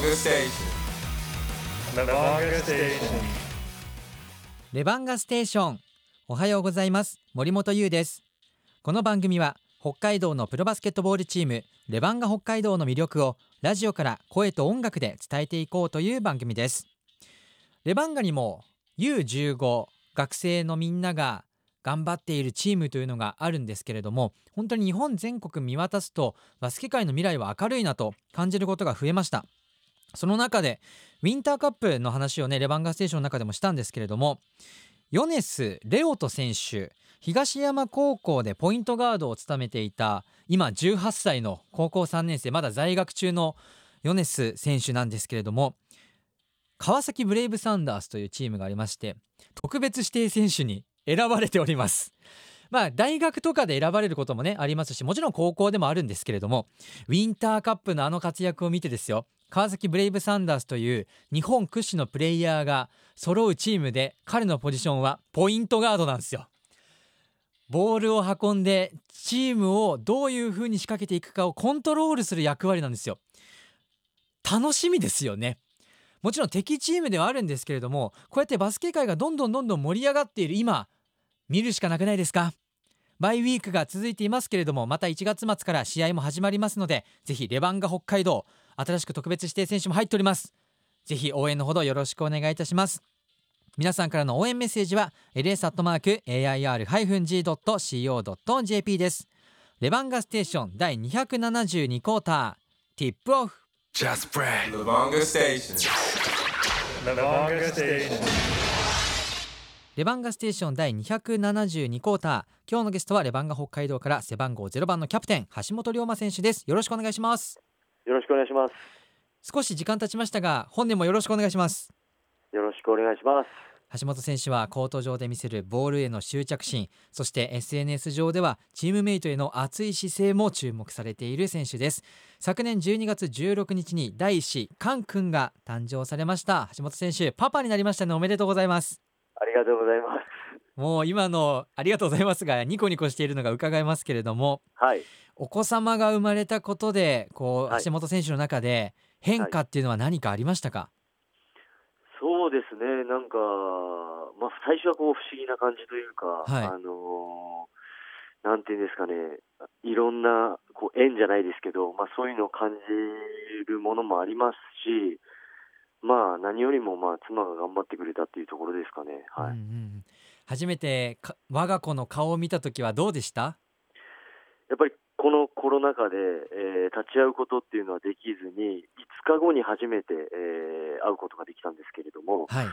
レバンガステーション。おはようございます。森本優です。この番組は北海道のプロバスケットボールチームレバンガ北海道の魅力をラジオから声と音楽で伝えていこうという番組です。レバンガにも U15 学生のみんなが頑張っているチームというのがあるんですけれども、本当に日本全国見渡すとバスケ界の未来は明るいなと感じることが増えました。その中でウィンターカップの話をね、レバンガステーションの中でもしたんですけれども、米須レオト選手、東山高校でポイントガードを務めていた今18歳の高校3年生、まだ在学中の米須選手なんですけれども、川崎ブレイブサンダースというチームがありまして、特別指定選手に選ばれております。大学とかで選ばれることもねありますし、もちろん高校でもあるんですけれども、ウィンターカップのあの活躍を見てですよ、川崎ブレイブサンダースという日本屈指のプレイヤーが揃うチームで、彼のポジションはポイントガードなんですよ。ボールを運んでチームをどういう風に仕掛けていくかをコントロールする役割なんですよ。楽しみですよね。もちろん敵チームではあるんですけれども、こうやってバスケ界がどんどん盛り上がっている今、見るしかなくないですか。バイウィークが続いていますけれども、また1月末から試合も始まりますので、ぜひレバンガ北海道、新しく特別指定選手も入っております。ぜひ応援のほどよろしくお願いいたします。皆さんからの応援メッセージは ls@air-g.co.jp です。レバンガステーション第272クォーターティップオフ。 Just pray. Levanga Station. Levanga Station. レバンガステーション第272クォーター、今日のゲストはレバンガ北海道から背番号0番のキャプテン橋本龍馬選手です。よろしくお願いします。 よろしくお願いします。 少し時間経ちましたが、本年もよろしくお願いします。 よろしくお願いします。 橋本選手はコート上で見せるボールへの執着心、そして SNS 上ではチームメイトへの熱い姿勢も注目されている選手です。昨年12月16日に第一子カン君が誕生されました。橋本選手、パパになりましたね。おめでとうございます。 ありがとうございます。 もう今のありがとうございますがニコニコしているのが伺えますけれども、 はい、 お子様が生まれたことで橋本選手の中で変化っていうのは何かありましたか。 そうですね、なんか、最初は不思議な感じというか、なんていうんですかね、いろんな縁じゃないですけど、そういうのを感じるものもありますし、何よりも妻が頑張ってくれたっていうところですかね。はい。 初めて我が子の顔を見たときはどうでした？ やっぱりこのコロナ禍で、立ち会うことっていうのはできずに、5日後に初めて、会うことができたんですけれども、 はい、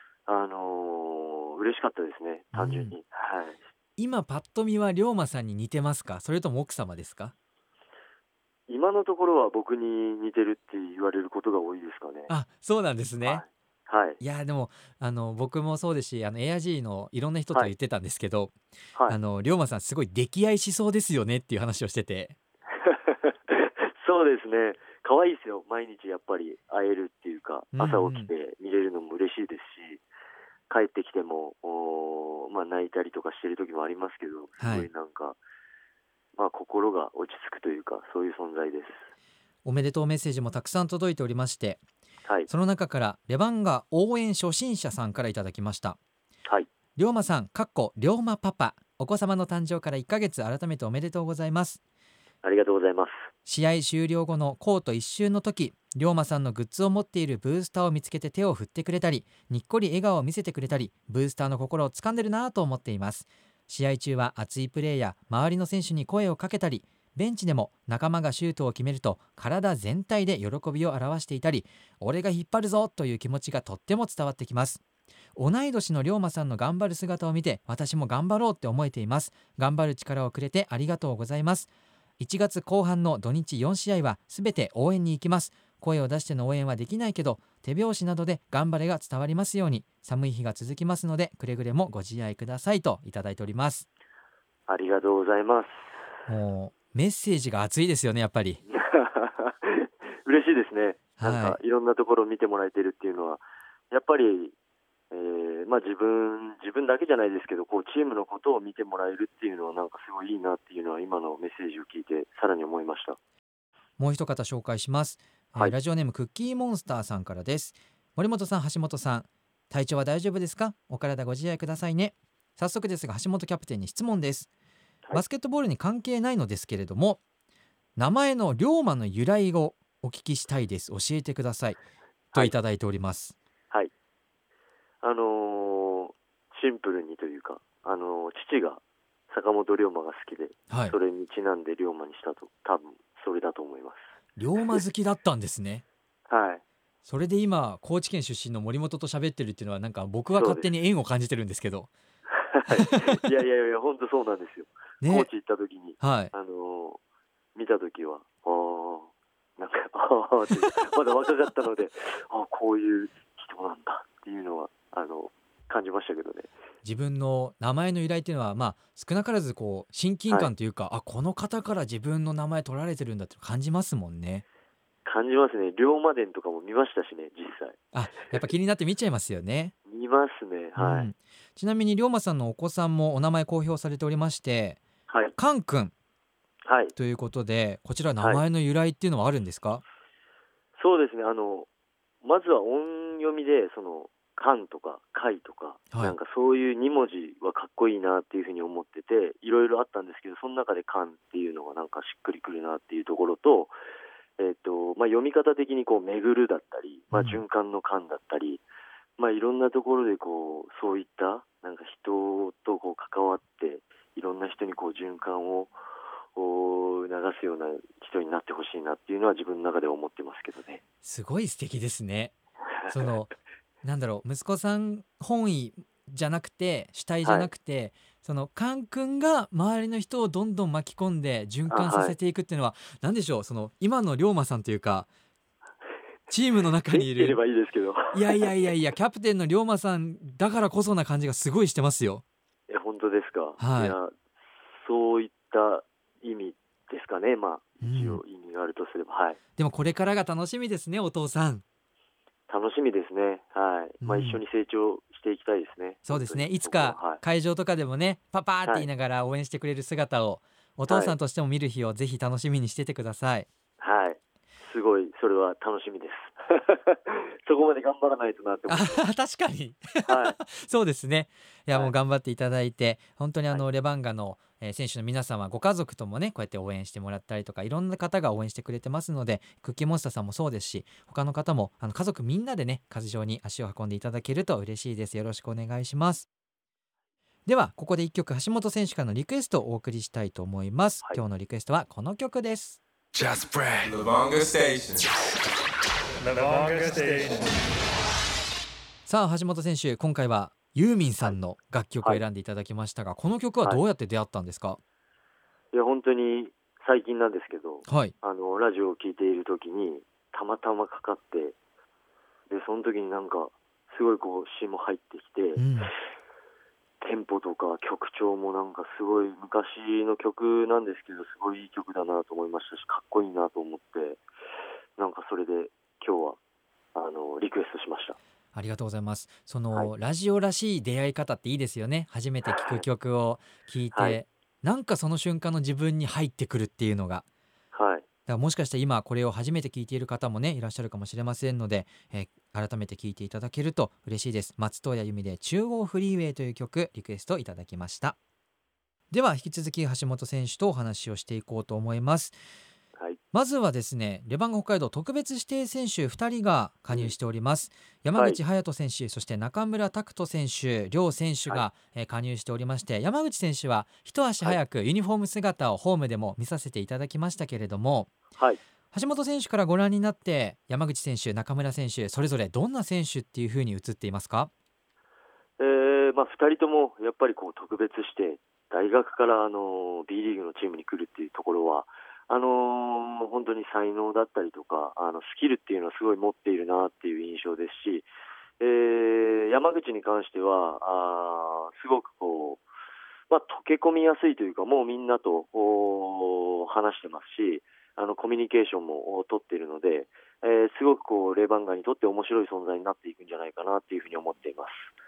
嬉しかったですね、単純に。はい、 今パッと見は龍馬さんに似てますか、それとも奥様ですか？ 今のところは僕に似てるって言われることが多いですかね。 あ、そうなんですね。 はい、 いやでも僕もそうですし、エアジーのいろんな人と言ってたんですけど、龍馬さんすごい溺愛しそうですよねっていう話をしててそうですね、可愛いですよ。毎日やっぱり会えるっていうか、朝起きて見れるのも嬉しいですし、帰ってきても泣いたりとかしてる時もありますけど、すごいなんか、心が落ち着くというか、そういう存在です。 おめでとうメッセージもたくさん届いておりまして、その中からレバンガ応援初心者さんからいただきました。龍馬さん龍馬パパ、お子様の誕生から1ヶ月改めておめでとうございます。 ありがとうございます。 試合終了後のコート一周の時、龍馬さんのグッズを持っているブースターを見つけて手を振ってくれたり、にっこり笑顔を見せてくれたり、ブースターの心を掴んでるなと思っています。試合中は熱いプレーや周りの選手に声をかけたり、ベンチでも仲間がシュートを決めると体全体で喜びを表していたり、俺が引っ張るぞという気持ちがとっても伝わってきます。同い年の龍馬さんの頑張る姿を見て、私も頑張ろうって思えています。頑張る力をくれてありがとうございます。1月後半の土日4試合はすべて応援に行きます。声を出しての応援はできないけど、手拍子などで頑張れが伝わりますように。寒い日が続きますので、くれぐれもご自愛くださいといただいております。 ありがとうございます。 もうメッセージが熱いですよね、やっぱり嬉しいですね。なんかいろんなところを見てもらえてるっていうのはやっぱり、自分だけじゃないですけど、チームのことを見てもらえるっていうのはなんかすごいいいなっていうのは今のメッセージを聞いてさらに思いました。 もう一方紹介します。 はい、 ラジオネームクッキーモンスターさんからです。森本さん、橋本さん、体調は大丈夫ですか？お体ご自愛くださいね。早速ですが橋本キャプテンに質問です。 はい、 バスケットボールに関係ないのですけれども、名前の龍馬の由来をお聞きしたいです。教えてくださいといただいております。 はい、シンプルにというか、父が坂本龍馬が好きで、 はい、 それにちなんで龍馬にしたと、多分それだと思います。 龍馬好きだったんですね。 はい、 それで今高知県出身の森本と喋ってるっていうのはなんか僕は勝手に縁を感じてるんですけどいやいやいや、本当そうなんですよ。高ね、 知行った時に、 はい、 見た時は、なんか、ってまだ若かったので、こういう人なんだっていうのは、感じましたけどね。 自分の名前の由来っていうのは少なからずこう親近感というか、この方から自分の名前取られてるんだって感じますもんね。 感じますね。龍馬伝とかも見ましたしね、実際。 やっぱ気になって見ちゃいますよね。 見ますね。はい。 ちなみに龍馬さんのお子さんもお名前公表されておりまして、 はい。 カン君はい。 ということで、こちら名前の由来っていうのはあるんですか？ そうですね。まずは音読みで、漢とか貝とか、なんかそういう2文字はかっこいいなっていうふうに思ってて、いろいろあったんですけど、その中で漢っていうのがなんかしっくりくるなっていうところと、読み方的にこう巡るだったり、循環の環だったり、いろんなところでこうそういったなんか人とこう関わっていろんな人にこう循環を促すような人になってほしいなっていうのは自分の中で思ってますけどね。 すごい素敵ですね。なんだろう、息子さん本意じゃなくて主体じゃなくて、カン君が周りの人をどんどん巻き込んで循環させていくっていうのは、何でしょう、今の龍馬さんというかチームの中にいる、 できればいいですけどいやキャプテンの龍馬さんだからこそな感じがすごいしてますよ。 本当ですか？ はい、 いや、そういった意味ですかね。一応意味があるとすれば、はい。 でもこれからが楽しみですね、お父さん。 楽しみですね。はい。一緒に成長していきたいですね。 そうですね。いつか会場とかでもね、パパーって言いながら応援してくれる姿をお父さんとしても見る日をぜひ楽しみにしててください。 はい。すごいそれは楽しみですそこまで頑張らないとなって思って確かにはい、 そうですね。いや、もう頑張っていただいて、本当にレバンガの選手の皆様ご家族ともねこうやって応援してもらったりとか、いろんな方が応援してくれてますので、クッキーモンスターさんもそうですし、他の方も家族みんなでね会場に足を運んでいただけると嬉しいです。よろしくお願いします。ではここで1曲橋本選手からのリクエストをお送りしたいと思います。今日のリクエストはこの曲です。 Just Brand Lubanga Station。 さあ橋本選手、今回はユーミンさんの楽曲を選んでいただきましたが、この曲はどうやって出会ったんですか？ いや本当に最近なんですけど、 はい、 ラジオを聴いている時にたまたまかかって、でその時になんかすごいこう詞も入ってきて、テンポとか曲調もなんかすごい昔の曲なんですけど、すごいいい曲だなと思いましたし、かっこいいなと思って、なんかそれで今日はリクエストしました。 ありがとうございます。ラジオらしい出会い方っていいですよね。初めて聴く曲を聴いて、なんかその瞬間の自分に入ってくるっていうのが、だからもしかして今これを初めて聴いている方もねいらっしゃるかもしれませんので、改めて聴いていただけると嬉しいです。松任谷由実で中央フリーウェイという曲リクエストいただきました。では引き続き橋本選手とお話をしていこうと思います。まずはですね、レバンガ北海道特別指定選手2人が加入しております。山口隼人選手、そして中村拓人選手、両選手が加入しておりまして、山口選手は一足早くユニフォーム姿をホームでも見させていただきましたけれども、橋本選手からご覧になって山口選手、中村選手、それぞれどんな選手っていう風に映っていますか ?2人ともやっぱりこう特別して大学からB リーグのチームに来るっていうところは本当に才能だったりとかスキルっていうのはすごい持っているなっていう印象ですし、山口に関してはすごくこう、溶け込みやすいというか、もうみんなと話してますし、コミュニケーションも取っているので、すごくこうレバンガにとって面白い存在になっていくんじゃないかなっていうふうに思っています。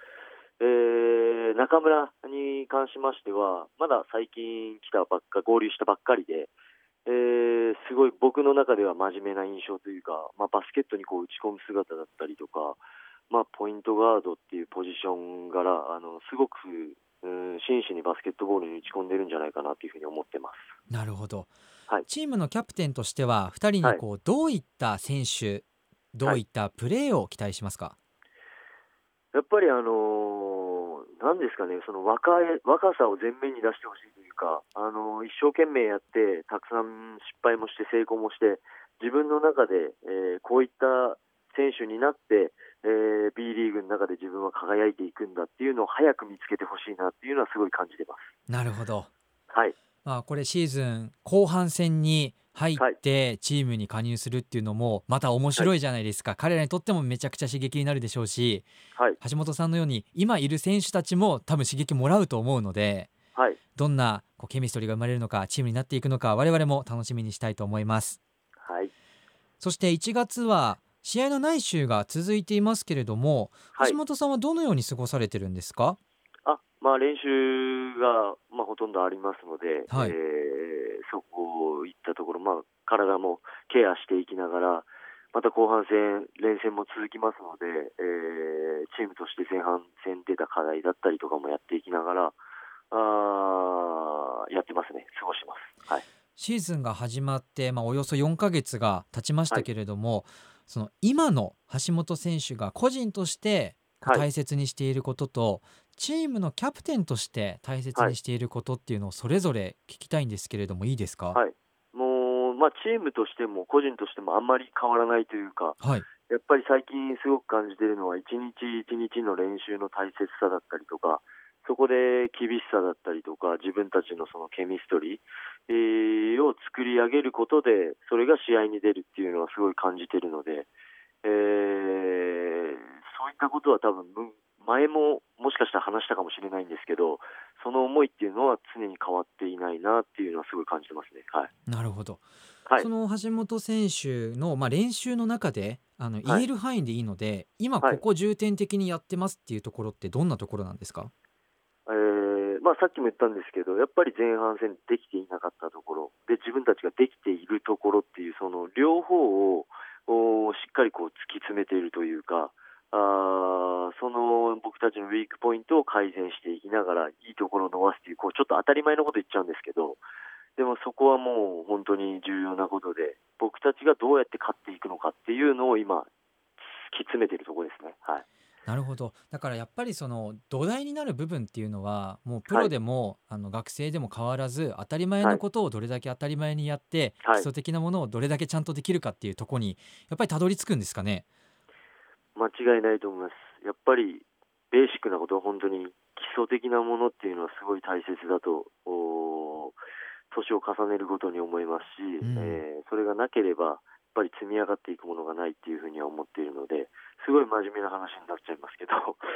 中村に関しましてはまだ最近合流したばっかりで、 すごい僕の中では真面目な印象というか、バスケットにこう打ち込む姿だったりとか、ポイントガードっていうポジション柄、すごく真摯にバスケットボールに打ち込んでるんじゃないかなというふうに思ってます。 なるほど。 はい、 チームのキャプテンとしては2人にどういった選手、どういったプレーを期待しますか？ やっぱりなんですかね、その若さを前面に出してほしいというか、一生懸命やって、たくさん失敗もして成功もして、自分の中で、こういった選手になって、B リーグの中で自分は輝いていくんだっていうのを早く見つけてほしいなっていうのはすごい感じてます。 なるほど。 はい。 これシーズン後半戦に入ってチームに加入するっていうのもまた面白いじゃないですか、彼らにとってもめちゃくちゃ刺激になるでしょうし、橋本さんのように今いる選手たちも多分刺激もらうと思うので、どんなケミストリーが生まれるのか、チームになっていくのか、我々も楽しみにしたいと思います。そして1月は試合のない週が続いていますけれども、橋本さんはどのように過ごされてるんですか？ 練習が、ほとんどありますので、そこ行ったところ、体もケアしていきながら、また後半戦、連戦も続きますので、チームとして前半戦出た課題だったりとかもやっていきながら、やってますね、過ごします。 シーズンが始まって、およそ4ヶ月が経ちましたけれども、その今の橋本選手が個人として大切にしていることと、チームのキャプテンとして大切にしていることっていうのをそれぞれ聞きたいんですけれども、いいですか？ もう、チームとしても個人としてもあんまり変わらないというか、やっぱり最近すごく感じているのは一日一日の練習の大切さだったりとか、そこで厳しさだったりとか、自分たちのそのケミストリー、を作り上げることで、それが試合に出るっていうのはすごい感じているので、そういったことは多分前ももしかしたら話したかもしれないんですけど、その思いっていうのは常に変わっていないなっていうのはすごい感じてますね。 なるほど。その橋本選手の、練習の中で言える範囲でいいので、今ここ重点的にやってますっていうところってどんなところなんですか？ さっきも言ったんですけど、やっぱり前半戦できていなかったところで、自分たちができているところっていう、その両方をしっかり突き詰めているというか、その僕たちのウィークポイントを改善していきながら、いいところを伸ばすという、ちょっと当たり前のこと言っちゃうんですけど、でもそこはもう本当に重要なことで、僕たちがどうやって勝っていくのかっていうのを今突き詰めているところですね。 なるほど。だからやっぱりその土台になる部分っていうのはもうプロでも、学生でも変わらず、当たり前のことをどれだけ当たり前にやって、基礎的なものをどれだけちゃんとできるかっていうところにやっぱりたどり着くんですかね？ 間違いないと思います。やっぱりベーシックなことは本当に基礎的なものっていうのはすごい大切だと年を重ねるごとに思いますし、それがなければやっぱり積み上がっていくものがないっていうふうには思っているので、すごい真面目な話になっちゃいますけど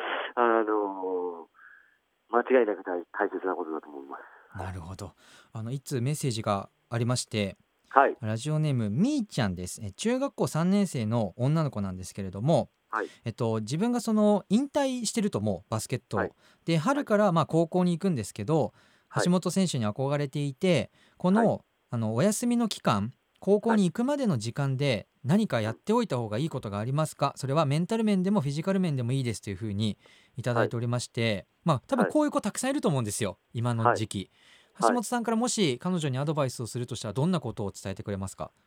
間違いなく大切なことだと思います。 なるほど。いつメッセージがありまして、ラジオネームみーちゃんです。中学校3年生の女の子なんですけれども、自分がその引退してるともうバスケット、で春から高校に行くんですけど、橋本選手に憧れていて、この、お休みの期間、高校に行くまでの時間で何かやっておいた方がいいことがありますか？それはメンタル面でもフィジカル面でもいいですというふうにいただいておりまして、多分こういう子たくさんいると思うんですよ、今の時期。橋本さんからもし彼女にアドバイスをするとしたらどんなことを伝えてくれますか？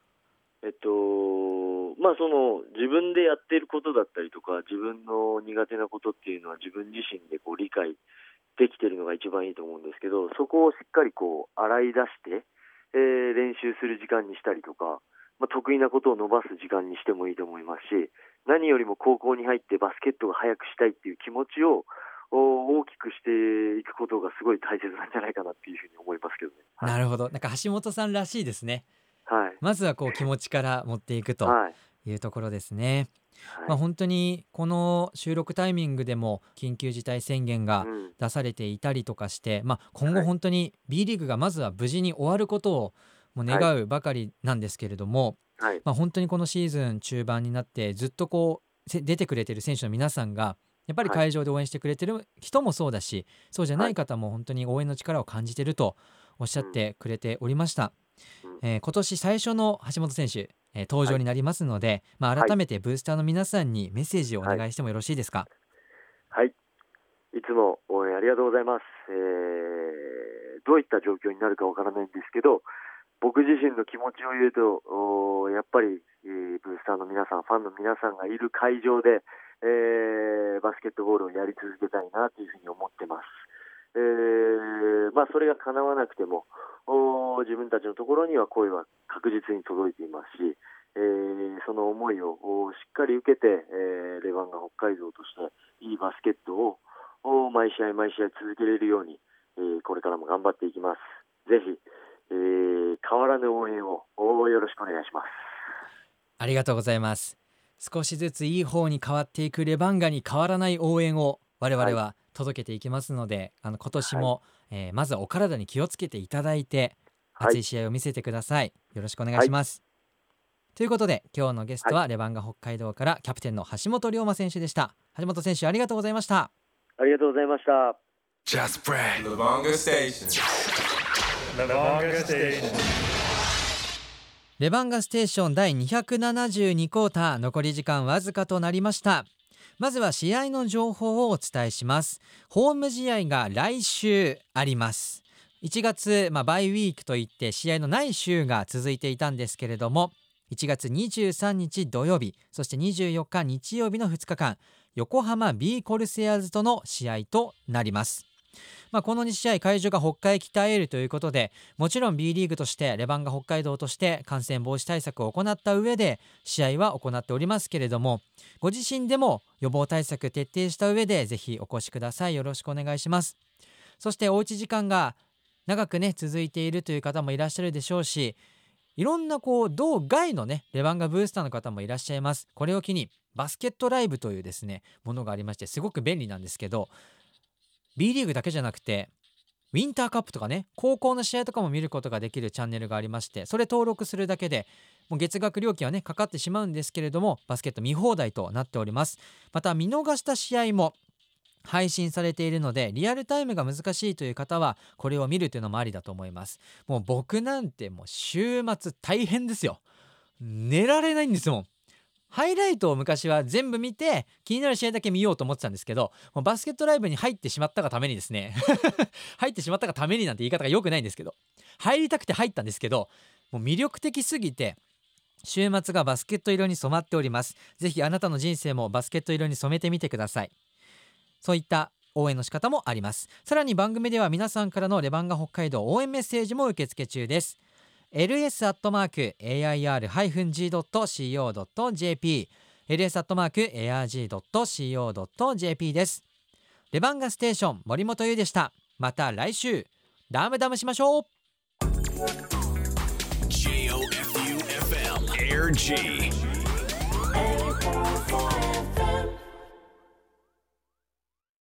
その自分でやっていることだったりとか、自分の苦手なことっていうのは自分自身で理解できているのが一番いいと思うんですけど、そこをしっかり洗い出して、練習する時間にしたりとか、得意なことを伸ばす時間にしてもいいと思いますし、何よりも高校に入ってバスケットが早くしたいっていう気持ちを大きくしていくことがすごい大切なんじゃないかなっていうふうに思いますけどね。 なるほど。なんか橋本さんらしいですね。まずは気持ちから持っていくというところですね。本当にこの収録タイミングでも緊急事態宣言が出されていたりとかして、今後本当に B リーグがまずは無事に終わることをもう願うばかりなんですけれども、本当にこのシーズン中盤になってずっと出てくれてる選手の皆さんがやっぱり会場で応援してくれてる人もそうだし、そうじゃない方も本当に応援の力を感じてるとおっしゃってくれておりました。 今年最初の橋本選手、登場になりますので、改めてブースターの皆さんにメッセージをお願いしてもよろしいですか。 はい、いつも応援ありがとうございます。どういった状況になるかわからないんですけど、僕自身の気持ちを言うと、やっぱり、ブースターの皆さん、ファンの皆さんがいる会場で、バスケットボールをやり続けたいなというふうに思ってます。それが叶わなくても自分たちのところには声は確実に届いていますし、その思いをしっかり受けて、レバンガ北海道としていいバスケットを毎試合毎試合続けれるように、これからも頑張っていきます。ぜひ、変わらぬ応援をよろしくお願いします。 ありがとうございます。少しずついい方に変わっていくレバンガに変わらない応援を我々は届けていきますので、今年も、まずはお体に気をつけていただいて、熱い試合を見せてください。よろしくお願いします。ということで今日のゲストは、レバンガ北海道からキャプテンの橋本龍馬選手でした。橋本選手、ありがとうございました。 ありがとうございました。 Just pray. Levanga Station. Levanga Station. レバンガステーション第272クォーター、残り時間わずかとなりました。まずは試合の情報をお伝えします。ホーム試合が来週あります。1月、バイウィークといって試合のない週が続いていたんですけれども、1月23日土曜日、そして24日日曜日の2日間、横浜 B コルセアーズとの試合となります。この2試合会場が北海北エールということで、もちろん B リーグとしてレバンガ北海道として感染防止対策を行った上で試合は行っておりますけれども、ご自身でも予防対策徹底した上でぜひお越しください。よろしくお願いします。そしておうち時間が長く続いているという方もいらっしゃるでしょうし、いろんな道外のレバンガブースターの方もいらっしゃいます。これを機にバスケットライブというものがありまして、すごく便利なんですけど、B リーグだけじゃなくてウィンターカップとか高校の試合とかも見ることができるチャンネルがありまして、それ登録するだけでもう月額料金はかかってしまうんですけれども、バスケット見放題となっております。また見逃した試合も配信されているので、リアルタイムが難しいという方はこれを見るというのもありだと思います。もう僕なんてもう週末大変ですよ。寝られないんですもん。ハイライトを昔は全部見て気になる試合だけ見ようと思ってたんですけど、もうバスケットライブに入ってしまったがために入ってしまったがためになんて言い方が良くないんですけど、入りたくて入ったんですけど、もう魅力的すぎて週末がバスケット色に染まっております。ぜひあなたの人生もバスケット色に染めてみてください。そういった応援の仕方もあります。さらに番組では皆さんからのレバンガ北海道応援メッセージも受付中です。ls@air-g.co.jp ls@air-g.co.jp です。レバンガステーション、森本優でした。また来週ダムダムしましょう。 GOFUFM Air G